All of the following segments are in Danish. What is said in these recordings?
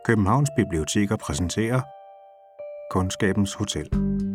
Københavns Biblioteker præsenterer Kundskabens Hotel.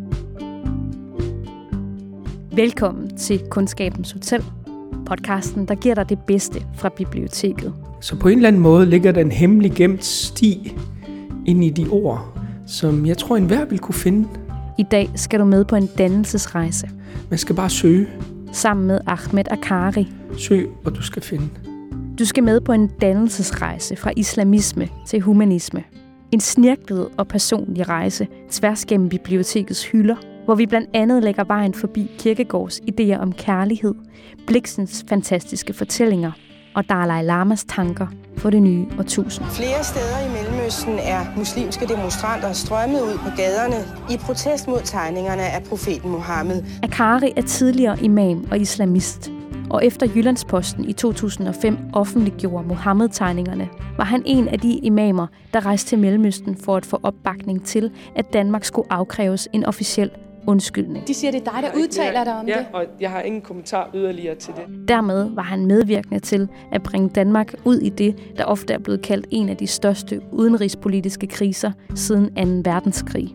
Velkommen til Kundskabens Hotel, podcasten, der giver dig det bedste fra biblioteket. Så på en eller anden måde ligger der en hemmelig gemt sti ind i de ord, som jeg tror enhver vil kunne finde. I dag skal du med på en dannelsesrejse. Man skal bare søge. Sammen med Ahmed Akkari. Søg, og du skal finde. Du skal med på en dannelsesrejse fra islamisme til humanisme. En snirklet og personlig rejse tværs gennem bibliotekets hylder, hvor vi blandt andet lægger vejen forbi Kierkegaards idéer om kærlighed, Bliksens fantastiske fortællinger og Dalai Lamas tanker for det nye årtusind. Flere steder i Mellemøsten er muslimske demonstranter strømmet ud på gaderne i protest mod tegningerne af profeten Muhammed. Akkari er tidligere imam og islamist, og efter Jyllandsposten i 2005 offentliggjorde Muhammed-tegningerne, var han en af de imamer, der rejste til Mellemøsten for at få opbakning til, at Danmark skulle afkræves en officiel undskyldning. De siger, det er dig, der udtaler dig om det. Ja, og jeg har ingen kommentar yderligere til det. Dermed var han medvirkende til at bringe Danmark ud i det, der ofte er blevet kaldt en af de største udenrigspolitiske kriser siden 2. verdenskrig.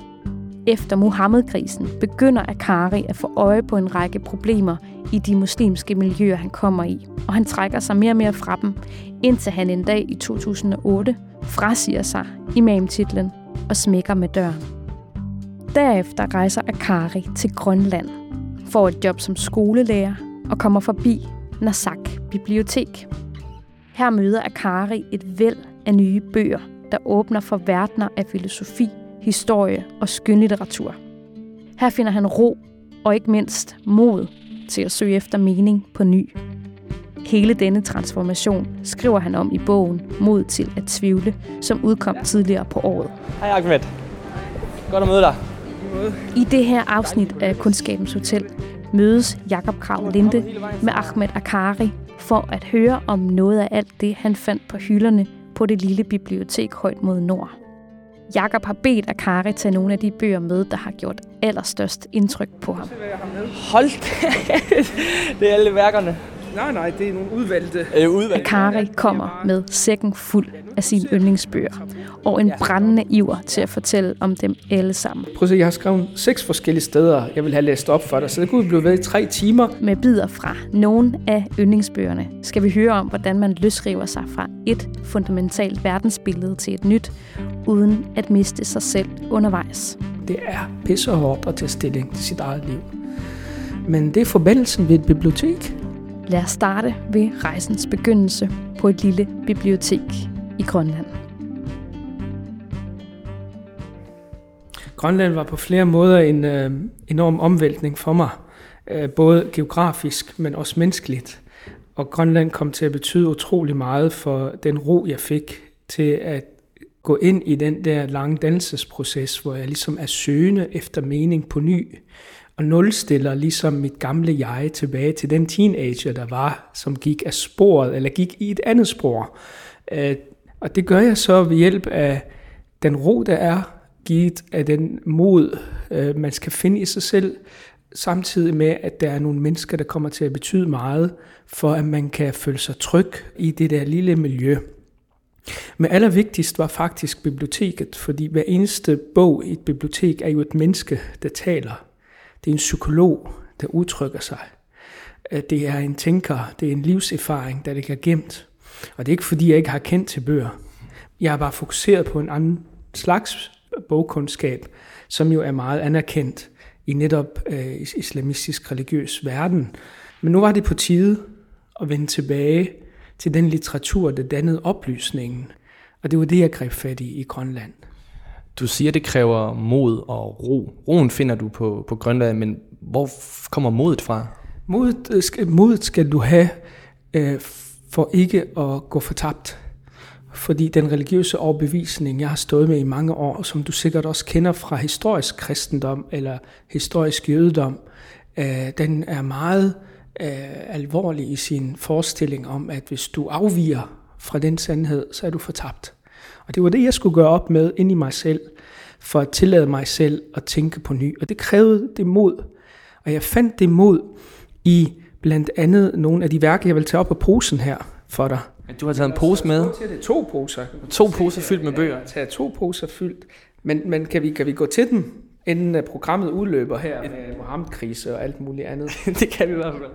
Efter Muhammed-krisen begynder Akkari at få øje på en række problemer i de muslimske miljøer, han kommer i, og han trækker sig mere og mere fra dem, indtil han en dag i 2008 frasiger sig imamtitlen og smækker med døren. Derefter rejser Akkari til Grønland, får et job som skolelærer og kommer forbi Narsaq Bibliotek. Her møder Akkari et væld af nye bøger, der åbner for verdener af filosofi, historie og skønlitteratur. Her finder han ro og ikke mindst mod til at søge efter mening på ny. Hele denne transformation skriver han om i bogen Mod til at tvivle, som udkom tidligere på året. Hej Ahmed. Godt at møde dig. I det her afsnit af Kundskabens Hotel mødes Jakob Krag Linde med Ahmed Akkari for at høre om noget af alt det, han fandt på hylderne på det lille bibliotek højt mod nord. Jakob har bedt Akkari tage nogle af de bøger med, der har gjort allerstørst indtryk på ham. Hold det er alle værkerne. Nej, det er nogle udvalgte. Akkari kommer med sækken fuld af sine yndlingsbøger, og en brændende iver til at fortælle om dem alle sammen. Prøv at se, jeg har skrevet 6 forskellige steder, jeg vil have læst op for dig, så det kunne blive ved i 3 timer. Med bidder fra nogle af yndlingsbøgerne skal vi høre om, hvordan man løsriver sig fra et fundamentalt verdensbillede til et nyt, uden at miste sig selv undervejs. Det er pissehårdt at tage stilling til sit eget liv. Men det er forbindelsen ved et bibliotek. Lad os starte ved rejsens begyndelse på et lille bibliotek i Grønland. Grønland var på flere måder en enorm omvæltning for mig. Både geografisk, men også menneskeligt. Og Grønland kom til at betyde utrolig meget for den ro, jeg fik til at gå ind i den der lange dannelsesproces, hvor jeg ligesom er søgende efter mening på ny. Og nulstiller ligesom mit gamle jeg tilbage til den teenager, der var, som gik af sporet, eller gik i et andet spor. Og det gør jeg så ved hjælp af den ro, der er, givet af den mod, man skal finde i sig selv, samtidig med, at der er nogle mennesker, der kommer til at betyde meget, for at man kan føle sig tryg i det der lille miljø. Men allervigtigst var faktisk biblioteket, fordi hver eneste bog i et bibliotek er jo et menneske, der taler. Det er en psykolog, der udtrykker sig. Det er en tænker, det er en livserfaring, der ligger gemt. Og det er ikke fordi, jeg ikke har kendt til bøger. Jeg har bare fokuseret på en anden slags bogkundskab, som jo er meget anerkendt i netop islamistisk religiøs verden. Men nu var det på tide at vende tilbage til den litteratur, der dannede oplysningen. Og det var det, jeg greb fat i Grønland. Du siger, det kræver mod og ro. Roen finder du på Grønland, men hvor kommer modet fra? Modet skal du have for ikke at gå fortabt. Fordi den religiøse overbevisning, jeg har stået med i mange år, som du sikkert også kender fra historisk kristendom eller historisk jødedom, den er meget alvorlig i sin forestilling om, at hvis du afviger fra den sandhed, så er du fortabt. Og det var det, jeg skulle gøre op med inde i mig selv, for at tillade mig selv at tænke på ny. Og det krævede det mod. Og jeg fandt det mod i blandt andet nogle af de værker, jeg vil tage op på posen her for dig. Du har taget en pose med? Det er 2 poser. 2 poser fyldt med bøger? Jeg tager 2 poser fyldt. Men kan vi gå til dem, inden programmet udløber her med Mohammed-krise og alt muligt andet? Det kan vi i hvert fald.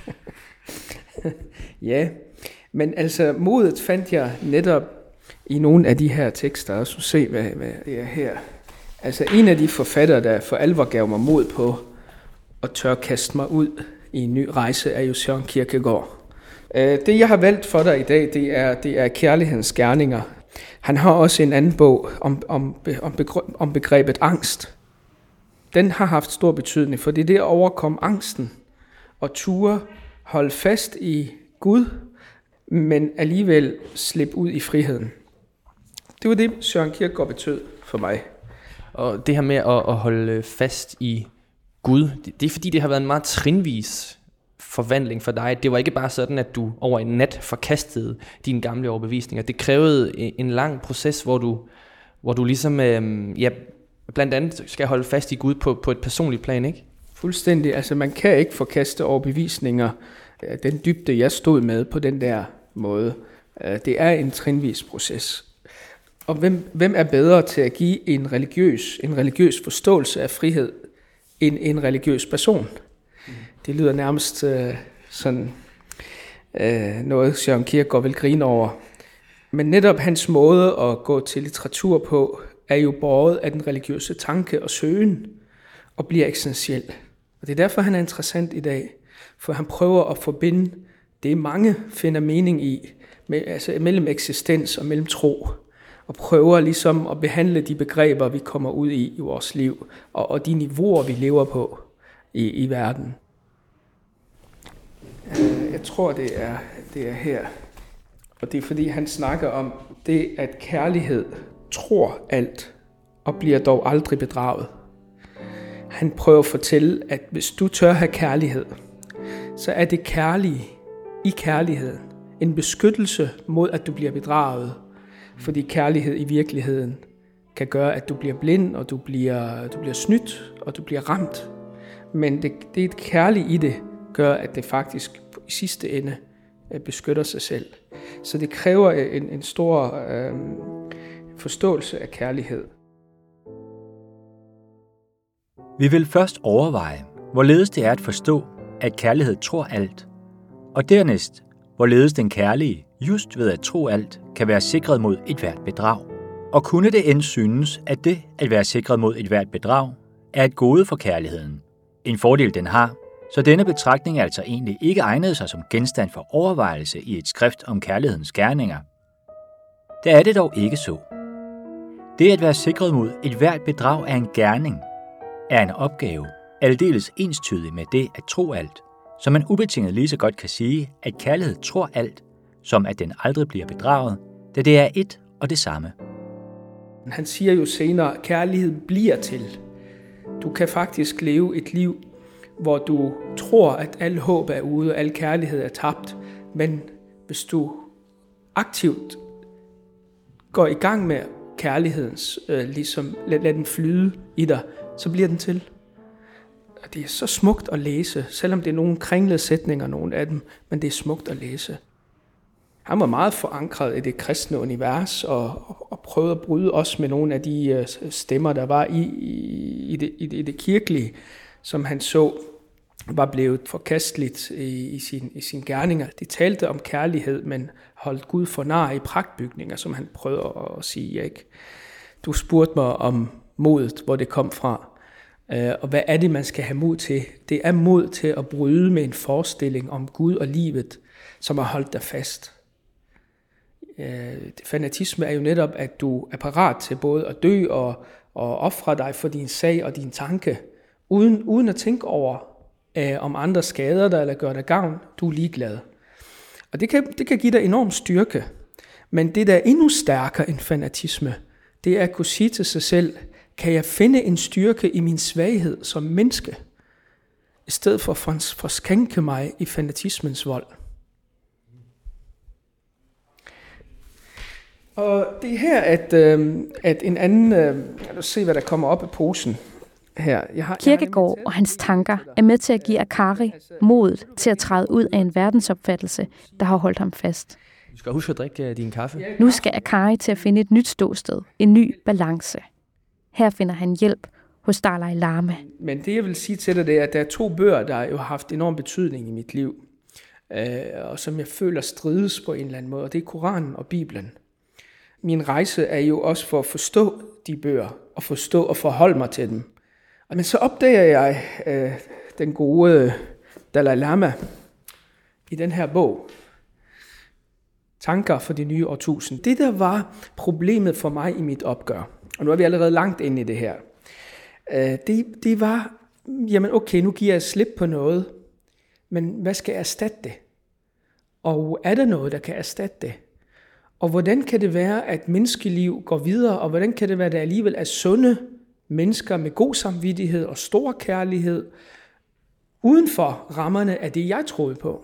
Ja, men altså modet fandt jeg netop i nogle af de her tekster. Og så se, hvad det er her. Altså en af de forfattere, der for alvor gav mig mod på at tør kaste mig ud i en ny rejse, er jo Søren Kierkegaard. Det, jeg har valgt for dig i dag, det er Kærlighedens gerninger. Han har også en anden bog om begrebet angst. Den har haft stor betydning, for det er det at overkomme angsten og ture holde fast i Gud, men alligevel slippe ud i friheden. Det var det, Søren Kierkegaard betød for mig. Og det her med at holde fast i Gud, det er fordi, det har været en meget trinvis forvandling for dig. Det var ikke bare sådan, at du over en nat forkastede dine gamle overbevisninger. Det krævede en lang proces, hvor du ligesom blandt andet skal holde fast i Gud på et personligt plan, ikke? Fuldstændig. Altså man kan ikke forkaste overbevisninger af den dybde, jeg stod med på den der måde. Det er en trinvis proces. Og hvem er bedre til at give en religiøs forståelse af frihed end en religiøs person? Det lyder nærmest sådan noget, Søren Kierkegaard vil grine over. Men netop hans måde at gå til litteratur på, er jo båret af den religiøse tanke og søgen, og bliver eksistentiel. Og det er derfor, han er interessant i dag, for han prøver at forbinde det, mange finder mening i, altså mellem eksistens og mellem tro, og prøver ligesom at behandle de begreber, vi kommer ud i vores liv, og de niveauer, vi lever på i verden. Jeg tror, det er her. Og det er fordi, han snakker om det, at kærlighed tror alt, og bliver dog aldrig bedraget. Han prøver at fortælle, at hvis du tør have kærlighed, så er det kærlige i kærligheden en beskyttelse mod, at du bliver bedraget. Fordi kærlighed i virkeligheden kan gøre, at du bliver blind, og du bliver snydt, og du bliver ramt. Men det et kærligt i det, gør, at det faktisk i sidste ende beskytter sig selv. Så det kræver en stor forståelse af kærlighed. Vi vil først overveje, hvorledes det er at forstå, at kærlighed tror alt, og dernæst, hvorledes den kærlige, just ved at tro alt, kan være sikret mod et hvert bedrag. Og kunne det end synes, at det at være sikret mod et hvert bedrag, er et gode for kærligheden. En fordel den har, så denne betragtning er altså egentlig ikke egnet sig som genstand for overvejelse i et skrift om kærlighedens gerninger. Der er det dog ikke så. Det at være sikret mod et hvert bedrag er en gerning, er en opgave, aldeles enstydig med det at tro alt, så man ubetinget lige så godt kan sige, at kærlighed tror alt, som at den aldrig bliver bedraget, da det er et og det samme. Han siger jo senere, at kærlighed bliver til. Du kan faktisk leve et liv, hvor du tror, at al håb er ude, og al kærlighed er tabt. Men hvis du aktivt går i gang med kærlighedens, ligesom lad den flyde i dig, så bliver den til. Og det er så smukt at læse, selvom det er nogle kringlede sætninger, nogle af dem, men det er smukt at læse. Han var meget forankret i det kristne univers, og prøvede at bryde også med nogle af de stemmer, der var i det kirkelige, som han så var blevet forkasteligt i sine gerninger. De talte om kærlighed, men holdt Gud for nar i pragtbygninger, som han prøvede at sige. Ikke? Du spurgte mig om modet, hvor det kom fra. Og hvad er det, man skal have mod til? Det er mod til at bryde med en forestilling om Gud og livet, som har holdt dig fast. Fanatisme er jo netop, at du er parat til både at dø og ofre dig for din sag og din tanke, uden at tænke over, om andre skader dig eller gør dig gavn. Du er ligeglad. Og det kan give dig enorm styrke. Men det, der er endnu stærkere end fanatisme, det er at kunne sige til sig selv, kan jeg finde en styrke i min svaghed som menneske, i stedet for at forskænke mig i fanatismens vold. Og det er her, at en anden... Lad os se, hvad der kommer op af posen her. Kierkegaard og hans tanker er med til at give Akkari modet til at træde ud af en verdensopfattelse, der har holdt ham fast. Du skal huske at drikke din kaffe. Nu skal Akkari til at finde et nyt ståsted, en ny balance. Her finder han hjælp hos Dalai Lama. Men det, jeg vil sige til dig, det er, at der er 2 bøger, der jo har haft enorm betydning i mit liv, og som jeg føler strides på en eller anden måde, og det er Koranen og Bibelen. Min rejse er jo også for at forstå de bøger, og forstå og forholde mig til dem. Men så opdager jeg den gode Dalai Lama i den her bog, Tanker for det nye årtusind. Det, der var problemet for mig i mit opgør, og nu er vi allerede langt inde i det her, det var, jamen okay, nu giver jeg slip på noget, men hvad skal erstatte det? Og er der noget, der kan erstatte det? Og hvordan kan det være, at menneskeliv går videre, og hvordan kan det være, at der alligevel er sunde mennesker med god samvittighed og stor kærlighed, uden for rammerne af det, jeg troede på?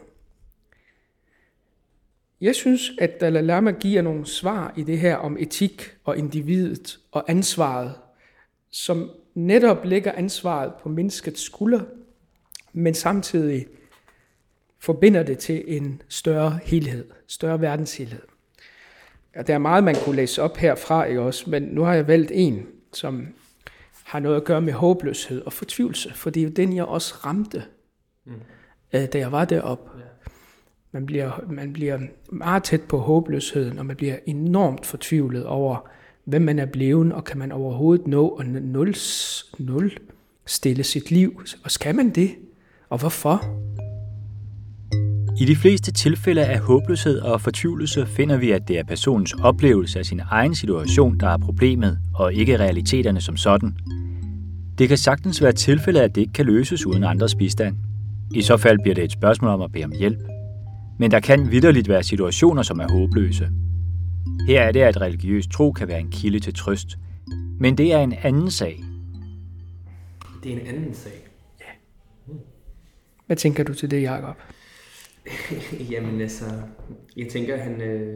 Jeg synes, at Dalai Lama giver nogle svar i det her om etik og individet og ansvaret, som netop lægger ansvaret på menneskets skulder, men samtidig forbinder det til en større helhed, større verdenshelhed. Ja, der er meget, man kunne læse op herfra, ikke også? Men nu har jeg valgt en, som har noget at gøre med håbløshed og fortvivlelse, for det er jo den, jeg også ramte, da jeg var deroppe. Man bliver meget tæt på håbløsheden, og man bliver enormt fortvivlet over, hvem man er blevet, og kan man overhovedet nå at nulstille sit liv? Og skal man det? Og hvorfor? I de fleste tilfælde af håbløshed og fortvivlelse finder vi, at det er personens oplevelse af sin egen situation, der er problemet, og ikke realiteterne som sådan. Det kan sagtens være tilfælde, at det ikke kan løses uden andres bistand. I så fald bliver det et spørgsmål om at bede om hjælp. Men der kan vitterligt være situationer, som er håbløse. Her er det, at religiøs tro kan være en kilde til trøst. Men det er en anden sag. Det er en anden sag? Ja. Hvad tænker du til det, Jacob? Jamen altså, jeg tænker, at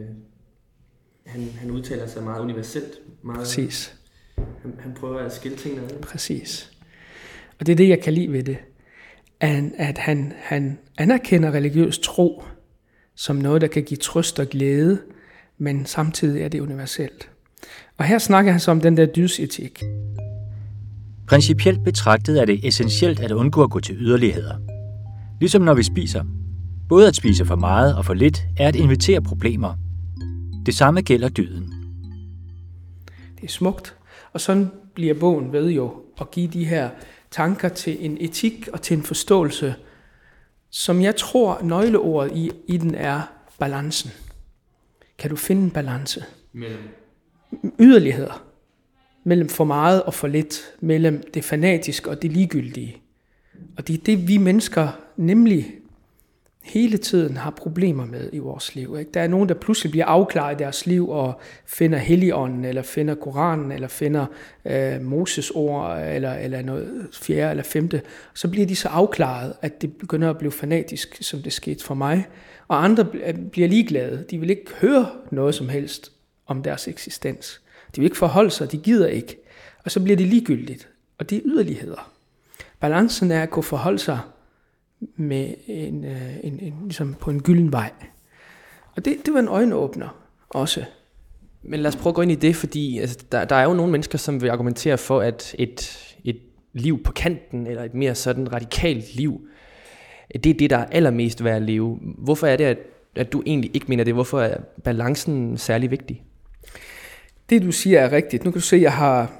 han udtaler sig meget universelt. Meget, præcis. Han prøver at skille tingene ad. Præcis. Og det er det, jeg kan lide ved det. At han anerkender religiøs tro som noget, der kan give trøst og glæde, men samtidig er det universelt. Og her snakker han så om den der dydsetik. Principielt betragtet er det essentielt at undgå at gå til yderligheder. Ligesom når vi spiser. Både at spise for meget og for lidt er at invitere problemer. Det samme gælder dyden. Det er smukt, og sådan bliver bogen ved jo at give de her tanker til en etik og til en forståelse, som jeg tror nøgleordet i den er balancen. Kan du finde en balance? Mellem yderligheder. Mellem for meget og for lidt. Mellem det fanatiske og det ligegyldige. Og det er det, vi mennesker nemlig hele tiden har problemer med i vores liv. Ikke? Der er nogen, der pludselig bliver afklaret i deres liv og finder Helligånden, eller finder Koranen, eller finder Moses ord, eller noget 4. eller 5. Så bliver de så afklaret, at det begynder at blive fanatisk, som det skete for mig. Og andre bliver ligeglade. De vil ikke høre noget som helst om deres eksistens. De vil ikke forholde sig, de gider ikke. Og så bliver det ligegyldigt. Og det er yderligheder. Balancen er at kunne forholde sig med ligesom på en gylden vej. Og det var en øjenåbner også. Men lad os prøve at gå ind i det, fordi altså, der er jo nogle mennesker, som vil argumentere for, at et liv på kanten, eller et mere sådan radikalt liv, det er det, der er allermest værd at leve. Hvorfor er det, at du egentlig ikke mener det? Hvorfor er balancen særlig vigtig? Det, du siger, er rigtigt. Nu kan du se, jeg har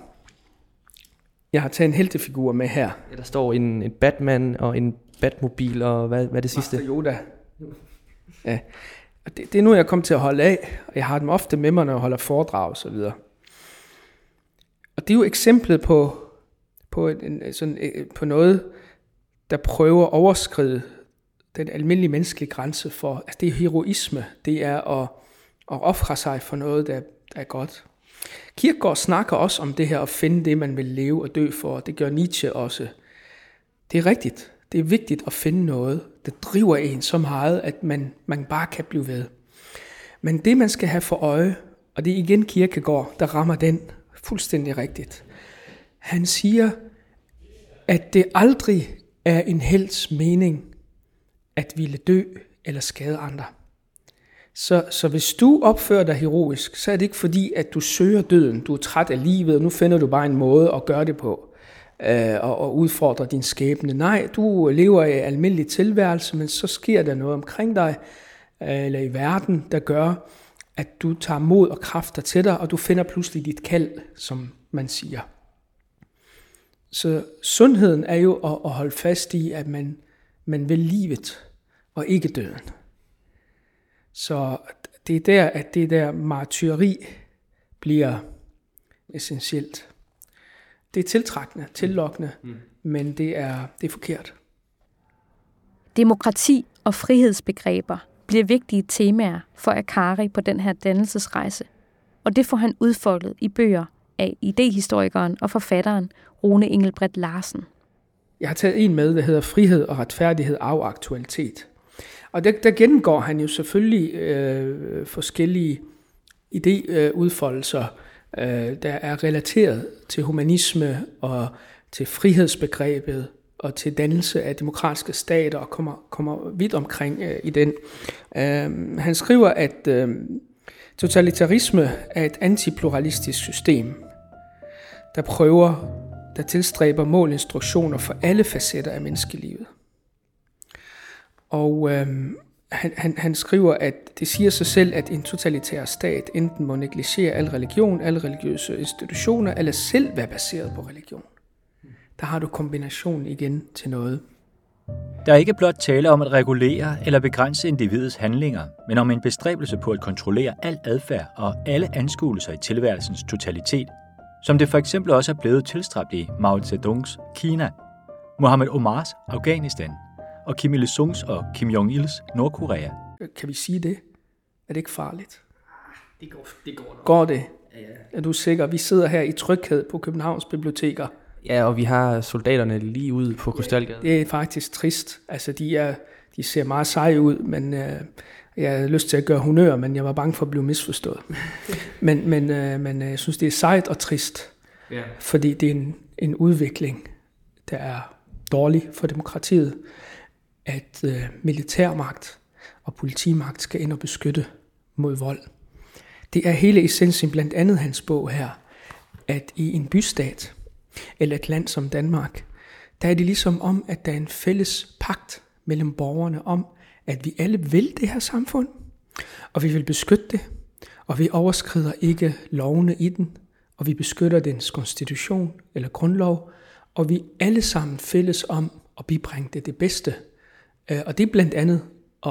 taget en heltefigur med her. Ja, der står en Batman og en Batmobil, og hvad er det sidste? Master Yoda. Ja. Og det er nu, jeg kommer til at holde af, og jeg har dem ofte med mig, når jeg holder foredrag og så videre. Og det er jo eksemplet på noget, der prøver at overskride den almindelige menneskelige grænse for, altså det er heroisme, det er at ofre sig for noget, der er godt. Kierkegaard snakker også om det her at finde det, man vil leve og dø for, det gør Nietzsche også. Det er rigtigt. Det er vigtigt at finde noget, der driver en så meget, at man bare kan blive ved. Men det, man skal have for øje, og det er igen Kierkegaard, der rammer den fuldstændig rigtigt. Han siger, at det aldrig er en helts mening at ville dø eller skade andre. Så hvis du opfører dig heroisk, så er det ikke fordi, at du søger døden, du er træt af livet, og nu finder du bare en måde at gøre det på, og udfordre din skæbne. Nej, du lever i almindelig tilværelse, men så sker der noget omkring dig, eller i verden, der gør, at du tager mod og kræfter til dig, og du finder pludselig dit kald, som man siger. Så sundheden er jo at holde fast i, at man vil livet, og ikke døden. Så det er der, at det der martyri bliver essentielt. Det er tiltrækkende, tillokkende, men det er forkert. Demokrati og frihedsbegreber bliver vigtige temaer for Akkari på den her dannelsesrejse, og det får han udfoldet i bøger af idehistorikeren og forfatteren Rune Engelbreth Larsen. Jeg har taget en med, der hedder Frihed og retfærdighed af aktualitet. Og der gennemgår han jo selvfølgelig forskellige idéudfoldelser, der er relateret til humanisme og til frihedsbegrebet og til dannelse af demokratiske stater og kommer vidt omkring i den. Han skriver, at totalitarisme er et antipluralistisk system, der tilstræber målinstruktioner for alle facetter af menneskelivet. Og han skriver, at det siger sig selv, at en totalitær stat enten må negligere al religion, alle religiøse institutioner, eller selv være baseret på religion. Der har du kombinationen igen til noget. Der er ikke blot tale om at regulere eller begrænse individets handlinger, men om en bestræbelse på at kontrollere al adfærd og alle anskuelser i tilværelsens totalitet, som det for eksempel også er blevet tilstræbt i Mao Zedongs Kina, Mohammed Omars Afghanistan og Kim Il-sungs og Kim Jong-ils Nordkorea. Kan vi sige det? Er det ikke farligt? Det går nok. Går det? Ja. Er du sikker? Vi sidder her i tryghed på Københavns biblioteker. Ja, og vi har soldaterne lige ude på Krystalgade. Det er faktisk trist. Altså, de ser meget seje ud, men jeg havde lyst til at gøre honør, men jeg var bange for at blive misforstået. men jeg synes, det er sejt og trist, fordi det er en udvikling, der er dårlig for demokratiet, at militærmagt og politimagt skal ind og beskytte mod vold. Det er hele essensen, blandt andet hans bog her, at i en bystat, eller et land som Danmark, der er det ligesom om, at der er en fælles pagt mellem borgerne om, at vi alle vil det her samfund, og vi vil beskytte det, og vi overskrider ikke lovene i den, og vi beskytter dens konstitution eller grundlov, og vi alle sammen fælles om at bibringe det bedste. Og det er blandt andet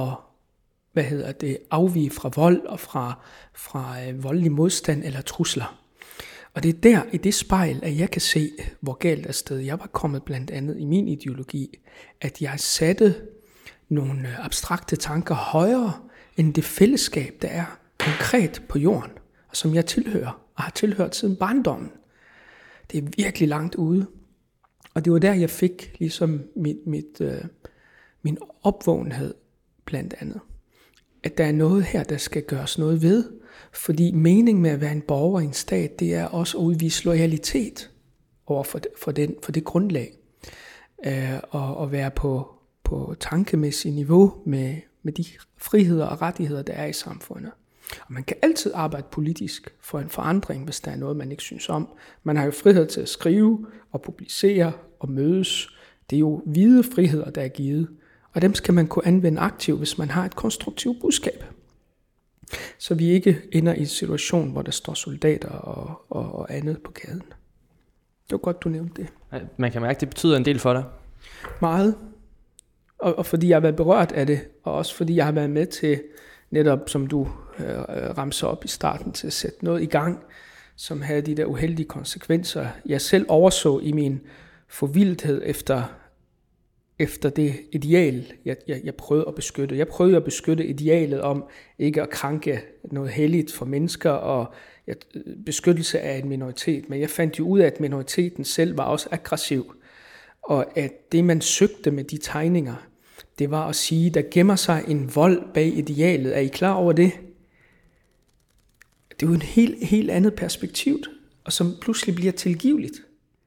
at afvige fra vold og fra voldelig modstand eller trusler. Og det er der, i det spejl, at jeg kan se, hvor galt afsted jeg var kommet blandt andet i min ideologi, at jeg satte nogle abstrakte tanker højere end det fællesskab, der er konkret på jorden, og som jeg tilhører og har tilhørt siden barndommen. Det er virkelig langt ude. Og det var der, jeg fik ligesom min opvågenhed blandt andet. At der er noget her, der skal gøres noget ved. Fordi meningen med at være en borger i en stat, det er også at udvise loyalitet over for det grundlag. Og være på tankemæssigt niveau med de friheder og rettigheder, der er i samfundet. Og man kan altid arbejde politisk for en forandring, hvis der er noget, man ikke synes om. Man har jo frihed til at skrive og publicere og mødes. Det er jo hvide friheder, der er givet. Og dem skal man kunne anvende aktivt, hvis man har et konstruktivt budskab. Så vi ikke ender i en situation, hvor der står soldater og andet på gaden. Det var godt, du nævnte det. Man kan mærke, at det betyder en del for dig. Meget. Og fordi jeg har været berørt af det, og også fordi jeg har været med til, netop som du ramser op i starten, til at sætte noget i gang, som havde de der uheldige konsekvenser. Jeg selv overså i min forvildthed efter det ideal, jeg prøvede at beskytte. Jeg prøvede at beskytte idealet om ikke at krænke noget helligt for mennesker og beskyttelse af en minoritet. Men jeg fandt jo ud af, at minoriteten selv var også aggressiv. Og at det, man søgte med de tegninger, det var at sige, der gemmer sig en vold bag idealet. Er I klar over det? Det er jo en helt andet perspektiv, og som pludselig bliver tilgiveligt.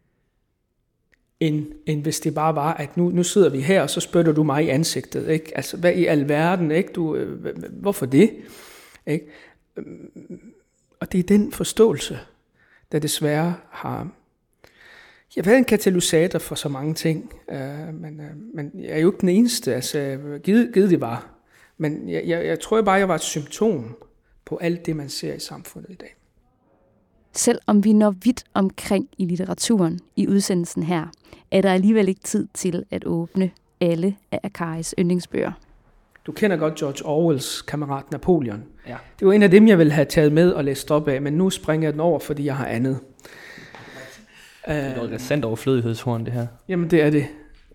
End hvis det bare var, at nu sidder vi her, og så spytter du mig i ansigtet. Ikke? Altså, hvad i alverden? Ikke? Hvorfor det? Ikke? Og det er den forståelse, der desværre har været en katalysator for så mange ting. Men jeg er jo ikke den eneste, altså givet det var. Men jeg tror bare, jeg var et symptom på alt det, man ser i samfundet i dag. Selvom vi når vidt omkring i litteraturen i udsendelsen her, er der alligevel ikke tid til at åbne alle af Akaris yndlingsbøger. Du kender godt George Orwells Kammerat Napoleon. Ja. Det var en af dem, jeg ville have taget med og læst op af, men nu springer jeg den over, fordi jeg har andet. Det er noget sandt overflødighedshorn, det her. Jamen, det er det.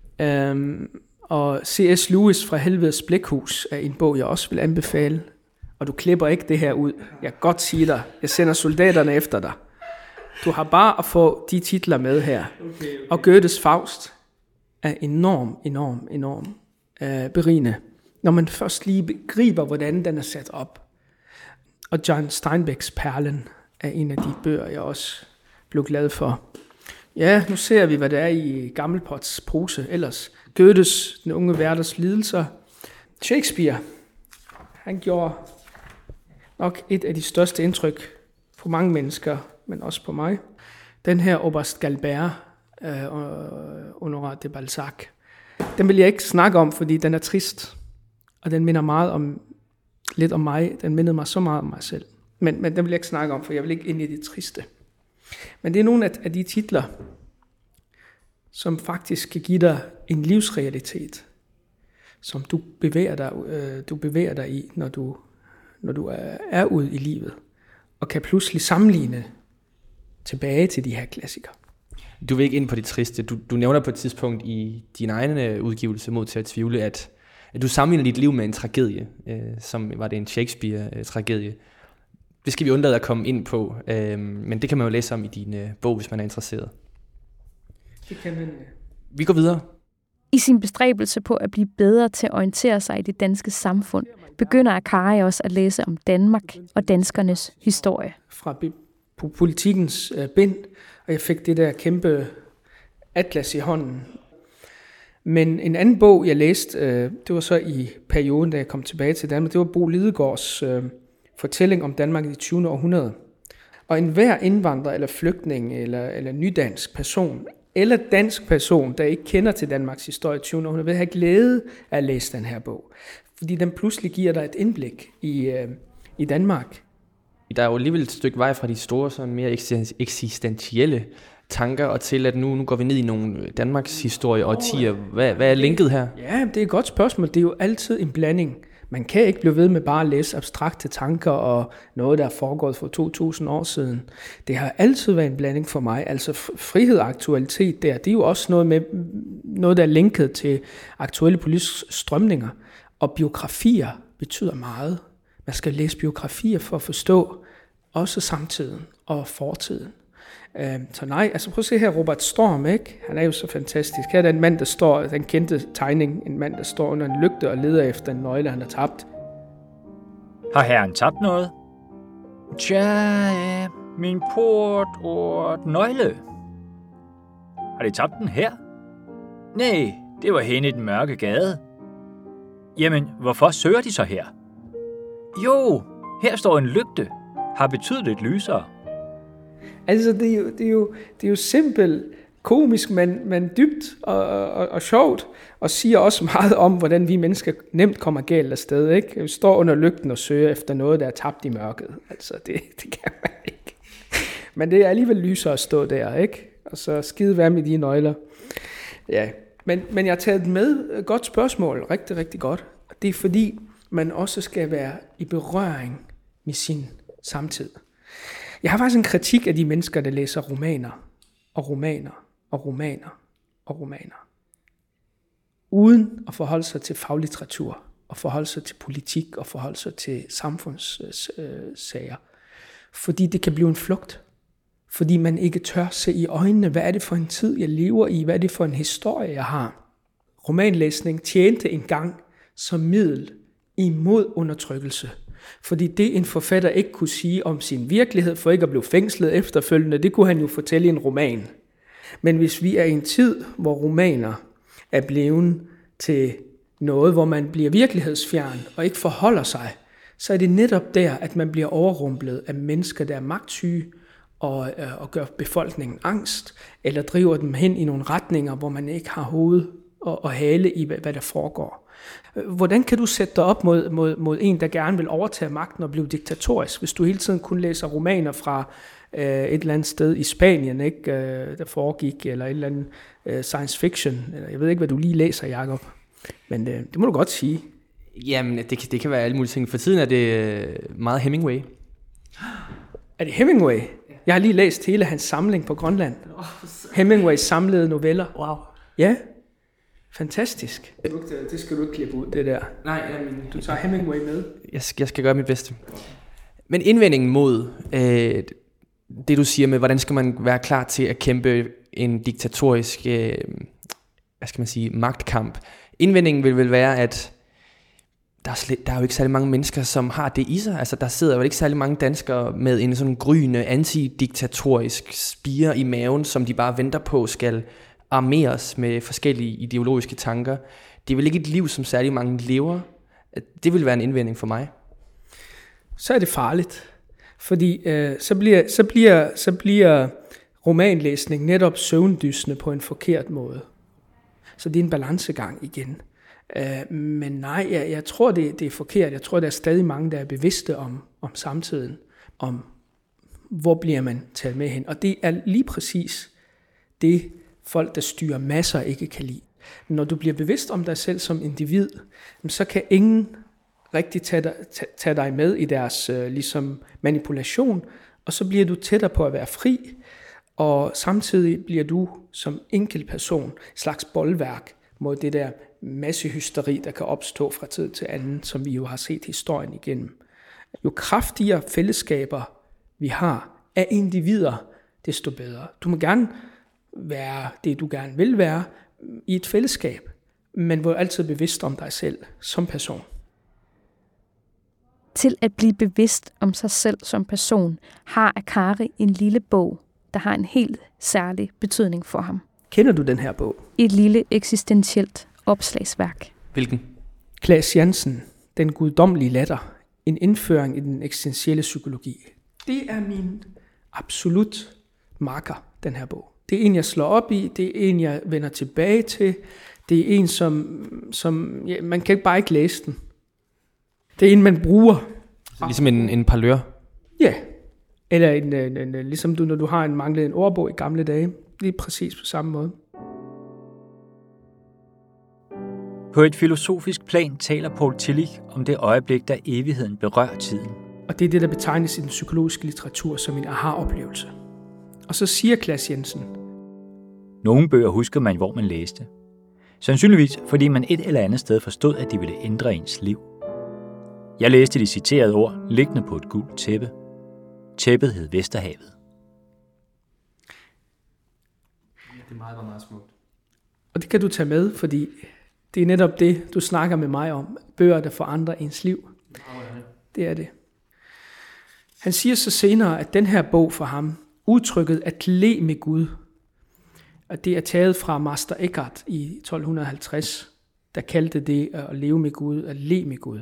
Og C.S. Lewis fra Helvedes Blækhus er en bog, jeg også vil anbefale. Og du klipper ikke det her ud. Jeg kan godt sige dig, jeg sender soldaterne efter dig. Du har bare at få de titler med her. Okay. Og Goethes Faust er enorm berigende. Når man først lige begriber, hvordan den er sat op. Og John Steinbecks Perlen er en af de bøger, jeg også blev glad for. Ja, nu ser vi, hvad det er i Gammelpots prose ellers. Goethes Den unge Werders lidelser. Shakespeare, han gjorde nok et af de største indtryk på mange mennesker, men også på mig. Den her Oberst Galbert, Honorat de Balzac, den vil jeg ikke snakke om, fordi den er trist. Og den minder lidt om mig. Den mindede mig så meget om mig selv. Men den vil jeg ikke snakke om, for jeg vil ikke ind i det triste. Men det er nogle af de titler, som faktisk kan give dig en livsrealitet, som du bevæger dig i, når du er ude i livet, og kan pludselig sammenligne tilbage til de her klassikere. Du vil ikke ind på det triste. Du nævner på et tidspunkt i din egen udgivelse Mod til at tvivle, at du sammenligner dit liv med en tragedie, som var det en Shakespeare-tragedie. Det skal vi undlade at komme ind på, men det kan man jo læse om i din bog, hvis man er interesseret. Det kan man. Vi går videre. I sin bestræbelse på at blive bedre til at orientere sig i det danske samfund, begynder Akkari også at læse om Danmark og danskernes historie. Fra Politikens bind, og jeg fik det der kæmpe atlas i hånden. Men en anden bog, jeg læste, det var så i perioden, da jeg kom tilbage til Danmark, det var Bo Lidegaards fortælling om Danmark i det 20. århundrede. Og enhver indvandrer eller flygtning eller nydansk person, eller dansk person, der ikke kender til Danmarks historie i 20. århundrede, vil have glæde af at læse den her bog. Fordi den pludselig giver dig et indblik i Danmark. Der er jo alligevel et stykke vej fra de store, sådan mere eksistentielle tanker, og til at nu går vi ned i nogle Danmarks historie og årtier. Hvad er linket her? Ja, det er et godt spørgsmål. Det er jo altid en blanding. Man kan ikke blive ved med bare at læse abstrakte tanker og noget, der er foregået for 2000 år siden. Det har altid været en blanding for mig. Altså frihed og aktualitet det er jo også noget, der er linket til aktuelle politiske strømninger. Og biografier betyder meget. Man skal læse biografier for at forstå også samtiden og fortiden. Så nej, altså prøv at se her Robert Storm, ikke? Han er jo så fantastisk. Her er der en mand, der står, den kendte tegning, en mand, der står under en lygte og leder efter en nøgle, han har tabt. Har herren tabt noget? Tja, min port og nøgle. Har de tabt den her? Nej, det var henne i den mørke gade. Jamen, hvorfor søger de så her? Jo, her står en lygte. Har betydeligt lysere. Altså, det er jo simpelt komisk, men dybt og sjovt, og siger også meget om, hvordan vi mennesker nemt kommer galt afsted, ikke? Vi står under lygten og søger efter noget, der er tabt i mørket. Altså, det kan man ikke. Men det er alligevel lysere at stå der, ikke? Og så skide være med de nøgler. Ja, men jeg har taget med. Godt spørgsmål. Rigtig, rigtig godt. Det er fordi, man også skal være i berøring med sin samtid. Jeg har faktisk en kritik af de mennesker, der læser romaner, uden at forholde sig til faglitteratur, og forholde sig til politik, og forholde sig til samfundssager. Fordi det kan blive en flugt. Fordi man ikke tør se i øjnene, hvad er det for en tid, jeg lever i, hvad er det for en historie, jeg har. Romanlæsning tjente engang som middel imod undertrykkelse. Fordi det en forfatter ikke kunne sige om sin virkelighed, for ikke at blive fængslet efterfølgende, det kunne han jo fortælle i en roman. Men hvis vi er i en tid, hvor romaner er blevet til noget, hvor man bliver virkelighedsfjern og ikke forholder sig så er det netop der, at man bliver overrumplet af mennesker, der er magtsyge, og gør befolkningen angst, eller driver dem hen i nogle retninger, hvor man ikke har hoved og hale i, hvad der foregår. Hvordan kan du sætte dig op mod en, der gerne vil overtage magten og blive diktatorisk, hvis du hele tiden kun læser romaner fra et eller andet sted i Spanien, ikke, der foregik, eller et eller andet science fiction, eller jeg ved ikke, hvad du lige læser, Jacob, men det må du godt sige. Jamen, det kan være alle mulige ting. For tiden er det meget Hemingway. Er det Hemingway? Jeg har lige læst hele hans samling på Grønland. Hemingways samlede noveller. Wow. Ja, fantastisk. Det skal du ikke klippe ud, det der. Nej, du tager Hemingway med. Jeg skal gøre mit bedste. Men indvendingen mod det, du siger med, hvordan skal man være klar til at kæmpe en diktatorisk magtkamp. Indvendingen vil vel være, at der er jo ikke særlig mange mennesker, som har det i sig. Altså, der sidder jo ikke særlig mange danskere med en sådan gryende, antidiktatorisk spire i maven, som de bare venter på skal armeres med forskellige ideologiske tanker. Det er vel ikke et liv, som særlig mange lever. Det vil være en indvending for mig. Så er det farligt. Fordi så bliver romanlæsning netop søvndysende på en forkert måde. Så det er en balancegang igen. Men nej, jeg tror, det er forkert. Jeg tror, der er stadig mange, der er bevidste om samtiden, om hvor bliver man taget med hen. Og det er lige præcis det, folk, der styrer masser, ikke kan lide. Når du bliver bevidst om dig selv som individ, så kan ingen rigtig tage dig med i deres ligesom manipulation, og så bliver du tættere på at være fri, og samtidig bliver du som enkeltperson slags bolværk mod det der massehysteri, der kan opstå fra tid til anden, som vi jo har set historien igennem. Jo kraftigere fællesskaber vi har af individer, desto bedre. Du må gerne være det, du gerne vil være i et fællesskab, men hvor altid bevidst om dig selv som person. Til at blive bevidst om sig selv som person, har Akkari en lille bog, der har en helt særlig betydning for ham. Kender du den her bog? Et lille eksistentielt opslagsværk. Hvilken? Claes Jensen, Den guddommelige latter. En indføring i den eksistentielle psykologi. Det er min absolut makker, den her bog. Det er en, jeg slår op i. Det er en, jeg vender tilbage til. Det er en, som ja, man kan bare ikke læse den. Det er en, man bruger. Ligesom en parlør? Ja. Eller ligesom når du har manglet en ordbog i gamle dage. Lige præcis på samme måde. På et filosofisk plan taler Paul Tillich om det øjeblik, da evigheden berører tiden. Og det er det, der betegnes i den psykologiske litteratur som en aha-oplevelse. Og så siger Claes Jensen: Nogle bøger husker man, hvor man læste. Sandsynligvis, fordi man et eller andet sted forstod, at de ville ændre ens liv. Jeg læste de citerede ord liggende på et gult tæppe. Tæppet hed Vesterhavet. Det er meget, meget smukt. Og det kan du tage med, fordi det er netop det, du snakker med mig om. Bøger, der forandrer ens liv. Det er det. Han siger så senere, at den her bog for ham, udtrykket at le med Gud, at det er taget fra Meister Eckhart i 1250, der kaldte det at leve med Gud, at le med Gud.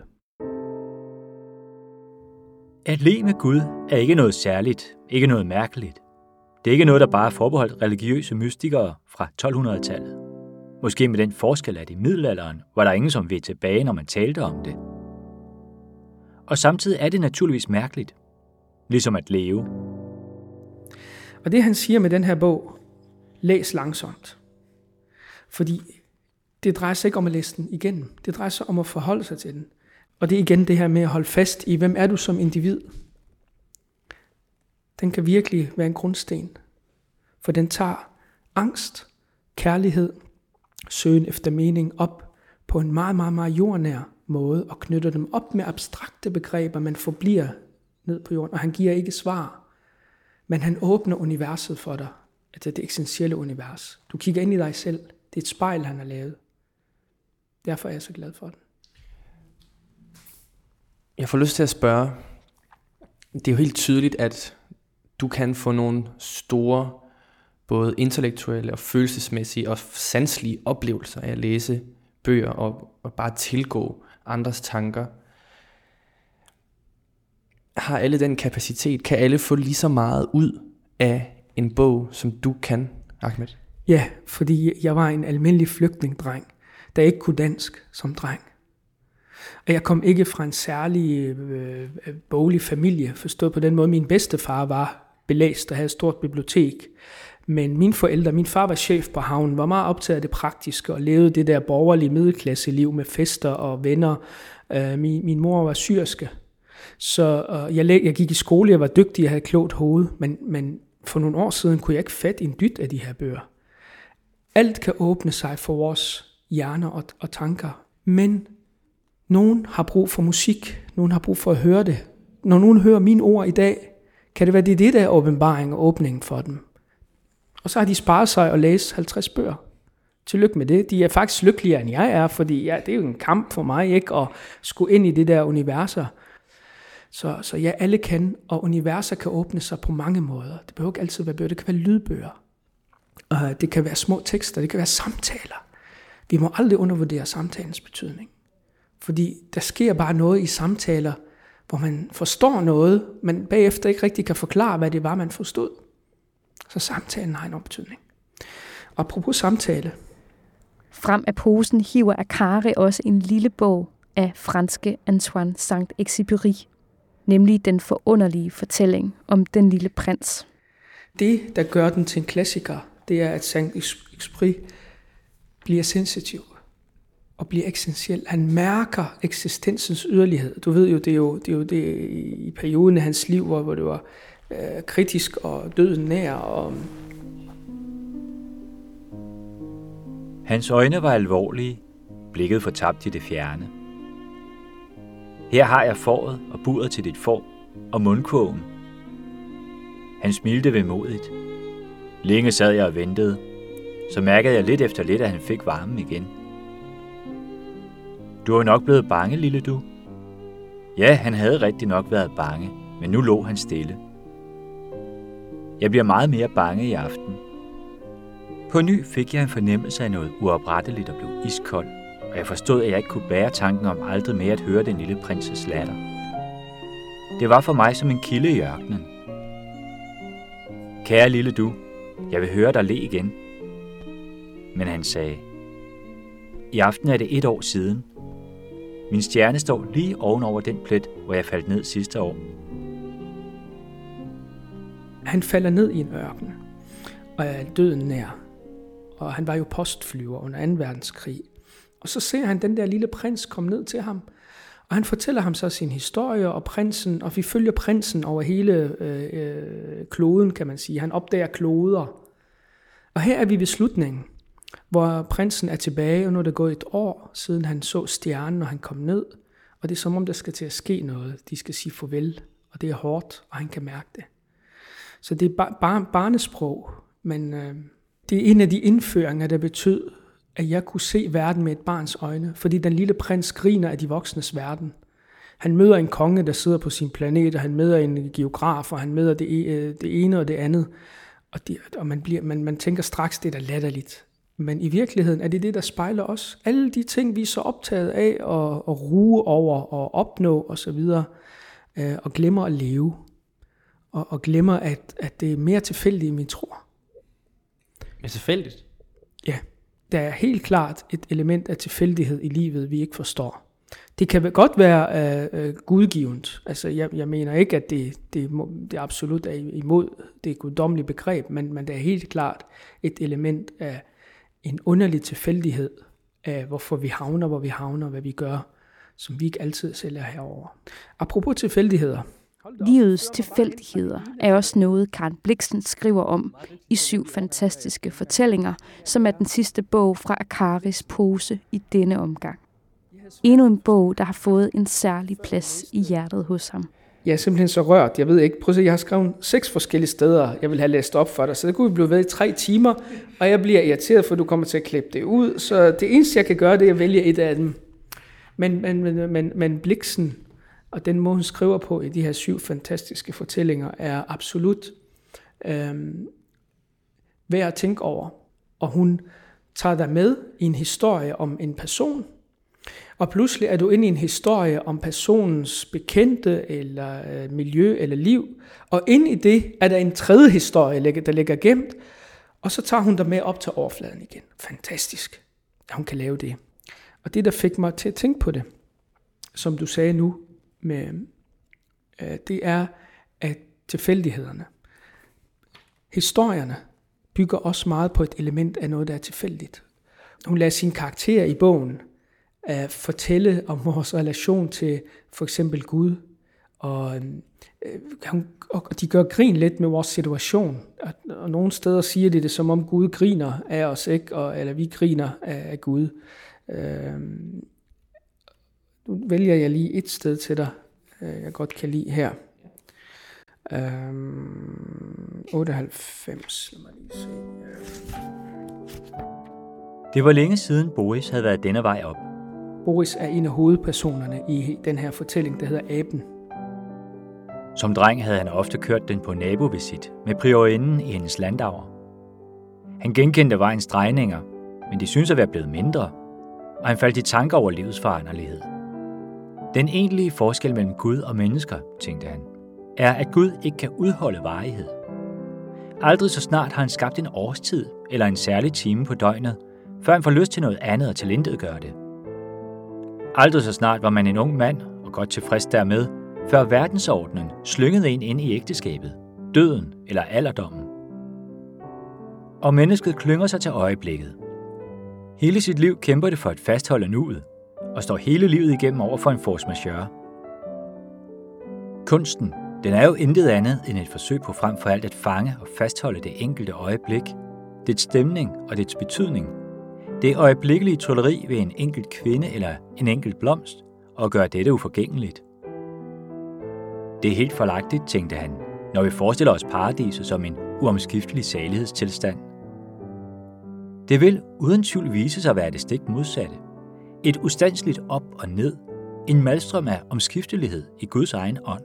At le med Gud er ikke noget særligt, ikke noget mærkeligt. Det er ikke noget, der bare er forbeholdt religiøse mystikere fra 1200-tallet. Måske med den forskel, at i middelalderen var der ingen, som ved tilbage, når man talte om det. Og samtidig er det naturligvis mærkeligt, ligesom at leve. Og det han siger med den her bog, læs langsomt. Fordi det drejer sig ikke om at læse den igennem. Det drejer sig om at forholde sig til den. Og det er igen det her med at holde fast i, hvem er du som individ? Den kan virkelig være en grundsten. For den tager angst, kærlighed, søgen efter mening op på en meget, meget, meget jordnær måde og knytter dem op med abstrakte begreber, man forbliver ned på jorden. Og han giver ikke svar, men han åbner universet for dig. Altså det eksistentielle univers. Du kigger ind i dig selv. Det er et spejl, han har lavet. Derfor er jeg så glad for den. Jeg får lyst til at spørge, det er jo helt tydeligt, at du kan få nogle store, både intellektuelle og følelsesmæssige og sanselige oplevelser af at læse bøger og bare tilgå andres tanker. har alle den kapacitet? Kan alle få lige så meget ud af en bog, som du kan, Ahmed? Ja, fordi jeg var en almindelig flygtningdreng, der ikke kunne dansk som dreng. Og jeg kom ikke fra en særlig boglig familie, forstået på den måde. Min bedstefar var belæst og havde et stort bibliotek. Men mine forældre, min far var chef på havnen, var meget optaget af det praktiske og levede det der borgerlige middelklasseliv med fester og venner. Min mor var syerske, så jeg gik i skole, jeg var dygtig, jeg havde et klogt hoved, men for nogle år siden kunne jeg ikke fatte en dyt af de her bøger. Alt kan åbne sig for vores hjerner og tanker, men nogen har brug for musik, nogen har brug for at høre det. Når nogen hører mine ord i dag, kan det være det der åbenbaring og åbningen for dem. Og så har de sparet sig og læst 50 bøger. Tillykke med det. De er faktisk lykkeligere, end jeg er, fordi det er jo en kamp for mig ikke at skulle ind i det der universer. Så ja, alle kan, og universer kan åbne sig på mange måder. Det behøver ikke altid være bøger, det kan være lydbøger. Det kan være små tekster, det kan være samtaler. Vi må aldrig undervurdere samtalens betydning. Fordi der sker bare noget i samtaler, hvor man forstår noget, men bagefter ikke rigtig kan forklare, hvad det var, man forstod. Så samtalen har en betydning. Og apropos samtale. Frem af posen hiver Akkari også en lille bog af franske Antoine Saint-Exupéry, nemlig Den forunderlige fortælling om den lille prins. Det, der gør den til en klassiker, det er, at Saint-Exupéry bliver sensitiv og bliver eksistentiel. Han mærker eksistensens yderlighed. Du ved jo, det er jo det i perioden af hans liv, hvor det var kritisk og døden nær. Og Hans øjne var alvorlige, blikket fortabt i det fjerne. Her har jeg fåret og buret til dit får og mundkurven. Han smilte vemodigt. Længe sad jeg og ventede. Så mærkede jeg lidt efter lidt, at han fik varmen igen. Du er nok blevet bange, lille du. Ja, han havde rigtig nok været bange, men nu lå han stille. Jeg bliver meget mere bange i aften. På ny fik jeg en fornemmelse af noget uopretteligt og blev iskold, og jeg forstod, at jeg ikke kunne bære tanken om aldrig mere at høre den lille prinses latter. Det var for mig som en kilde i ørkenen. Kære lille du, jeg vil høre dig le igen. Men han sagde, i aften er det 1 år siden. Min stjerne står lige ovenover den plet, hvor jeg faldt ned sidste år. Han falder ned i en ørken, og er døden nær. Og han var jo postflyver under 2. verdenskrig. Og så ser han den der lille prins komme ned til ham, og han fortæller ham så sin historie og prinsen, og vi følger prinsen over hele kloden, kan man sige. Han opdager kloder. Og her er vi ved slutningen, hvor prinsen er tilbage, og nu er det gået 1 år, siden han så stjernen, når han kom ned. Og det er som om, der skal til at ske noget. De skal sige farvel, og det er hårdt, og han kan mærke det. Så det er barnesprog, men det er en af de indføringer, der betød, at jeg kunne se verden med et barns øjne, fordi den lille prins griner af de voksnes verden. Han møder en konge, der sidder på sin planet, og han møder en geograf, og han møder det ene og det andet, og man tænker straks, det er da latterligt. Men i virkeligheden er det det, der spejler os. Alle de ting, vi er så optaget af at ruge over og opnå osv., og glemmer at leve, og glemmer, at det er mere tilfældigt, end vi tror. Men tilfældigt? Ja, der er helt klart et element af tilfældighed i livet, vi ikke forstår. Det kan godt være gudgivent. Altså, jeg mener ikke, at det absolut er imod det guddommelige begreb, men der er helt klart et element af en underlig tilfældighed af, hvorfor vi havner, hvor vi havner, hvad vi gør, som vi ikke altid selv er herover. Apropos tilfældigheder. Livets tilfældigheder er også noget, Karen Blixen skriver om i 7 fantastiske fortællinger, som er den sidste bog fra Akkaris pose i denne omgang. Endnu en bog, der har fået en særlig plads i hjertet hos ham. Jeg er simpelthen så rørt. Jeg ved ikke, prøv at se, jeg har skrevet 6 forskellige steder, jeg vil have læst op for dig, så det kunne vi blive ved i 3 timer, og jeg bliver irriteret, for du kommer til at klippe det ud, så det eneste, jeg kan gøre, det er at vælge et af dem. Men Blixen og den måde, hun skriver på i de her 7 fantastiske fortællinger, er absolut værd at tænke over. Og hun tager dig med i en historie om en person, Og pludselig er du inde i en historie om personens bekendte, eller miljø, eller liv. Og ind i det er der en tredje historie, der ligger gemt. Og så tager hun dig med op til overfladen igen. Fantastisk, at hun kan lave det. Og det, der fik mig til at tænke på det, som du sagde nu, det er, at tilfældighederne, historierne, bygger også meget på et element af noget, der er tilfældigt. Hun lader sin karakter i bogen fortælle om vores relation til for eksempel Gud, og de gør grin lidt med vores situation, og nogle steder siger de det, som om Gud griner af os, ikke? Eller vi griner af Gud. Nu vælger jeg lige et sted til dig, jeg godt kan lide her. 98, lad mig lige se. Det var længe siden Boris havde været denne vej op. Boris er en af hovedpersonerne i den her fortælling, der hedder Aben. Som dreng havde han ofte kørt den på nabovisit med priorinden i hendes landauer. Han genkendte vejens drejninger, men de synes at være blevet mindre, og han faldt i tanker over livets foranderlighed. Den egentlige forskel mellem Gud og mennesker, tænkte han, er, at Gud ikke kan udholde varighed. Aldrig så snart har han skabt en årstid eller en særlig time på døgnet, før han får lyst til noget andet og tilintetgøre det. Aldrig så snart var man en ung mand og godt tilfreds dermed, før verdensordenen slyngede en ind i ægteskabet, døden eller alderdommen. Og mennesket klynger sig til øjeblikket. Hele sit liv kæmper det for at fastholde nuet, og står hele livet igennem over for en force majeure. Kunsten, den er jo intet andet end et forsøg på frem for alt at fange og fastholde det enkelte øjeblik, dets stemning og dets betydning. Det øjeblikkelige trylleri ved en enkelt kvinde eller en enkelt blomst, og gøre dette uforgængeligt. Det er helt forlagtigt, tænkte han, når vi forestiller os paradiset som en uomskiftelig salighedstilstand. Det vil uden tvivl vise sig at være det stik modsatte. Et ustandsligt op og ned, en malstrøm af omskiftelighed i Guds egen ånd.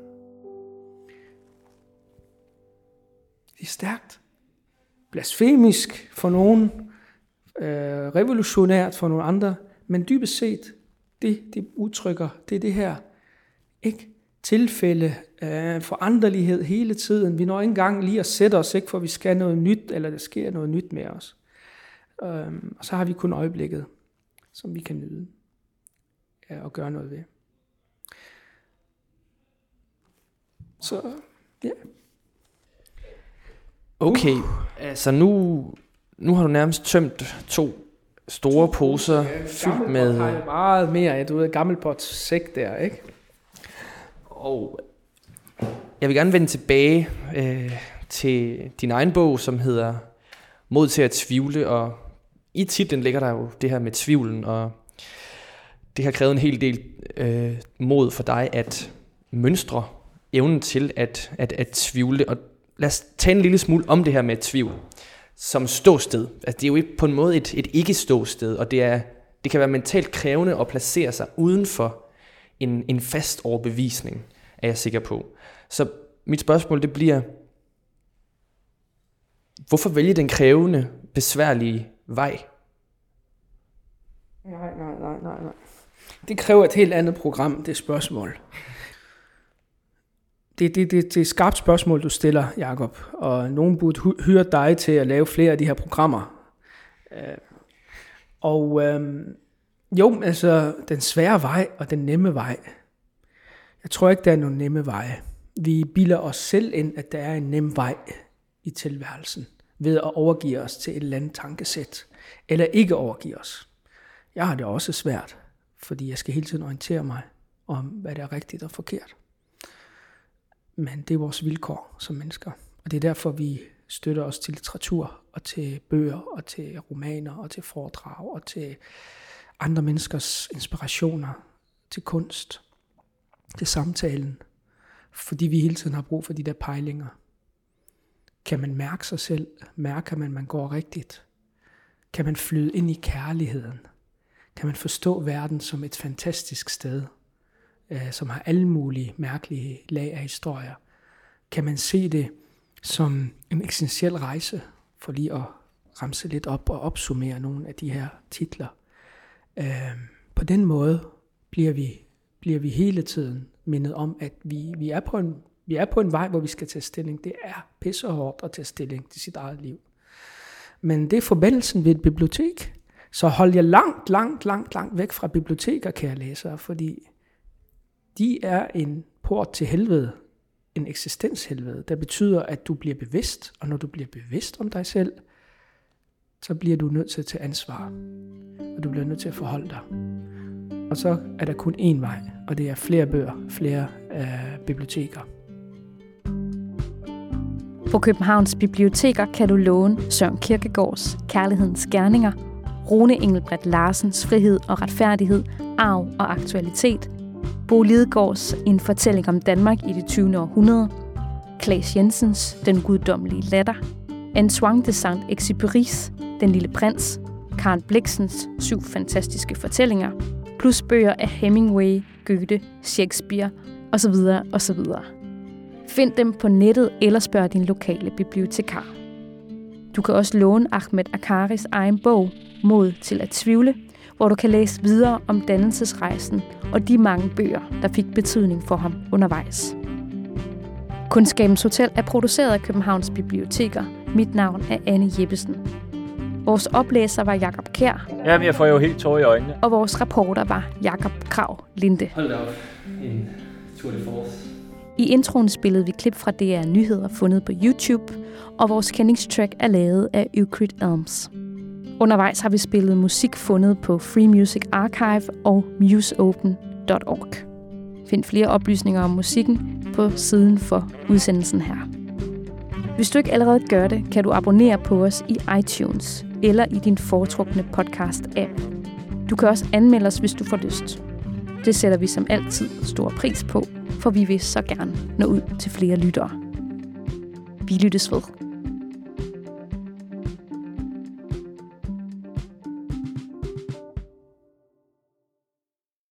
Det er stærkt. Blasfemisk for nogen, revolutionært for nogle andre, men dybest set, det udtrykker, det er det her, ikke? Tilfælde, foranderlighed hele tiden. Vi når ikke engang lige at sætte os, ikke, for vi skal noget nyt, eller der sker noget nyt med os. Og så har vi kun øjeblikket, som vi kan nyde og gøre noget ved. Så, ja. Okay, altså nu har du nærmest tømt 2 store poser fyldt med... Har meget mere, du ved, gammelpots sæk der, ikke? Og jeg vil gerne vende tilbage til din egen bog, som hedder Mod til at tvivle, og i titlen ligger der jo det her med tvivlen, og det har krævet en hel del mod for dig at mønstre evnen til at tvivle. Og lad os tage en lille smule om det her med tvivl som ståsted. Altså, det er jo ikke på en måde et ikke-ståsted, og det kan være mentalt krævende at placere sig uden for en fast overbevisning, er jeg sikker på. Så mit spørgsmål, det bliver, hvorfor vælge den krævende, besværlige vej? Nej. Det kræver et helt andet program, det spørgsmål. Det er et skarpt spørgsmål, du stiller, Jakob, og nogen burde hyre dig til at lave flere af de her programmer. Jo, altså den svære vej og den nemme vej. Jeg tror ikke, der er nogen nemme veje. Vi bilder os selv ind, at der er en nem vej i tilværelsen, ved at overgive os til et eller andet tankesæt, eller ikke overgive os. Jeg har det også svært, fordi jeg skal hele tiden orientere mig om, hvad der er rigtigt og forkert. Men det er vores vilkår som mennesker, og det er derfor, vi støtter os til litteratur, og til bøger, og til romaner, og til foredrag, og til andre menneskers inspirationer, til kunst, til samtalen, fordi vi hele tiden har brug for de der pejlinger. Kan man mærke sig selv? Mærker man går rigtigt? Kan man flyde ind i kærligheden? Kan man forstå verden som et fantastisk sted, som har alle mulige mærkelige lag af historier? Kan man se det som en eksistentiel rejse, for lige at ramse lidt op og opsummere nogle af de her titler? På den måde bliver vi hele tiden mindet om, at vi er på en vej, hvor vi skal tage stilling. Det er pissehårdt at tage stilling til sit eget liv. Men det er forbandelsen ved et bibliotek. Så hold jer langt væk fra biblioteker, kære læsere, fordi de er en port til helvede, en eksistenshelvede, der betyder, at du bliver bevidst, og når du bliver bevidst om dig selv, så bliver du nødt til at tage ansvar, og du bliver nødt til at forholde dig. Og så er der kun én vej, og det er flere bøger, flere biblioteker. På Københavns biblioteker kan du låne Søren Kierkegaards Kærlighedens Gerninger, Rune Engelbrecht Larsens Frihed og Retfærdighed, Arv og Aktualitet, Bo Lidegaards En fortælling om Danmark i det 20. århundrede, Claes Jensens Den guddommelige latter, Antoine de Saint-Exupérys Den lille prins, Karen Blixens 7 fantastiske fortællinger, plus bøger af Hemingway, Goethe, Shakespeare osv. osv. Find dem på nettet eller spørg din lokale bibliotekar. Du kan også låne Ahmed Akkaris egen bog, Mod til at tvivle, hvor du kan læse videre om dannelsesrejsen og de mange bøger, der fik betydning for ham undervejs. Kundskabens Hotel er produceret af Københavns Biblioteker. Mit navn er Anne Jeppesen. Vores oplæser var Jakob Kjær. Jamen, jeg får jo helt tår i øjnene. Og vores reporter var Jakob Krav Linde. Hold da op. En tour de force. I introen spillede vi klip fra DR Nyheder fundet på YouTube, og vores kendingstrack er lavet af Euclid Elms. Undervejs har vi spillet musik fundet på Free Music Archive og museopen.org. Find flere oplysninger om musikken på siden for udsendelsen her. Hvis du ikke allerede gør det, kan du abonnere på os i iTunes eller i din foretrukne podcast-app. Du kan også anmelde os, hvis du får lyst. Det sætter vi som altid stor pris på, for vi vil så gerne nå ud til flere lyttere. Vi lyttes ved.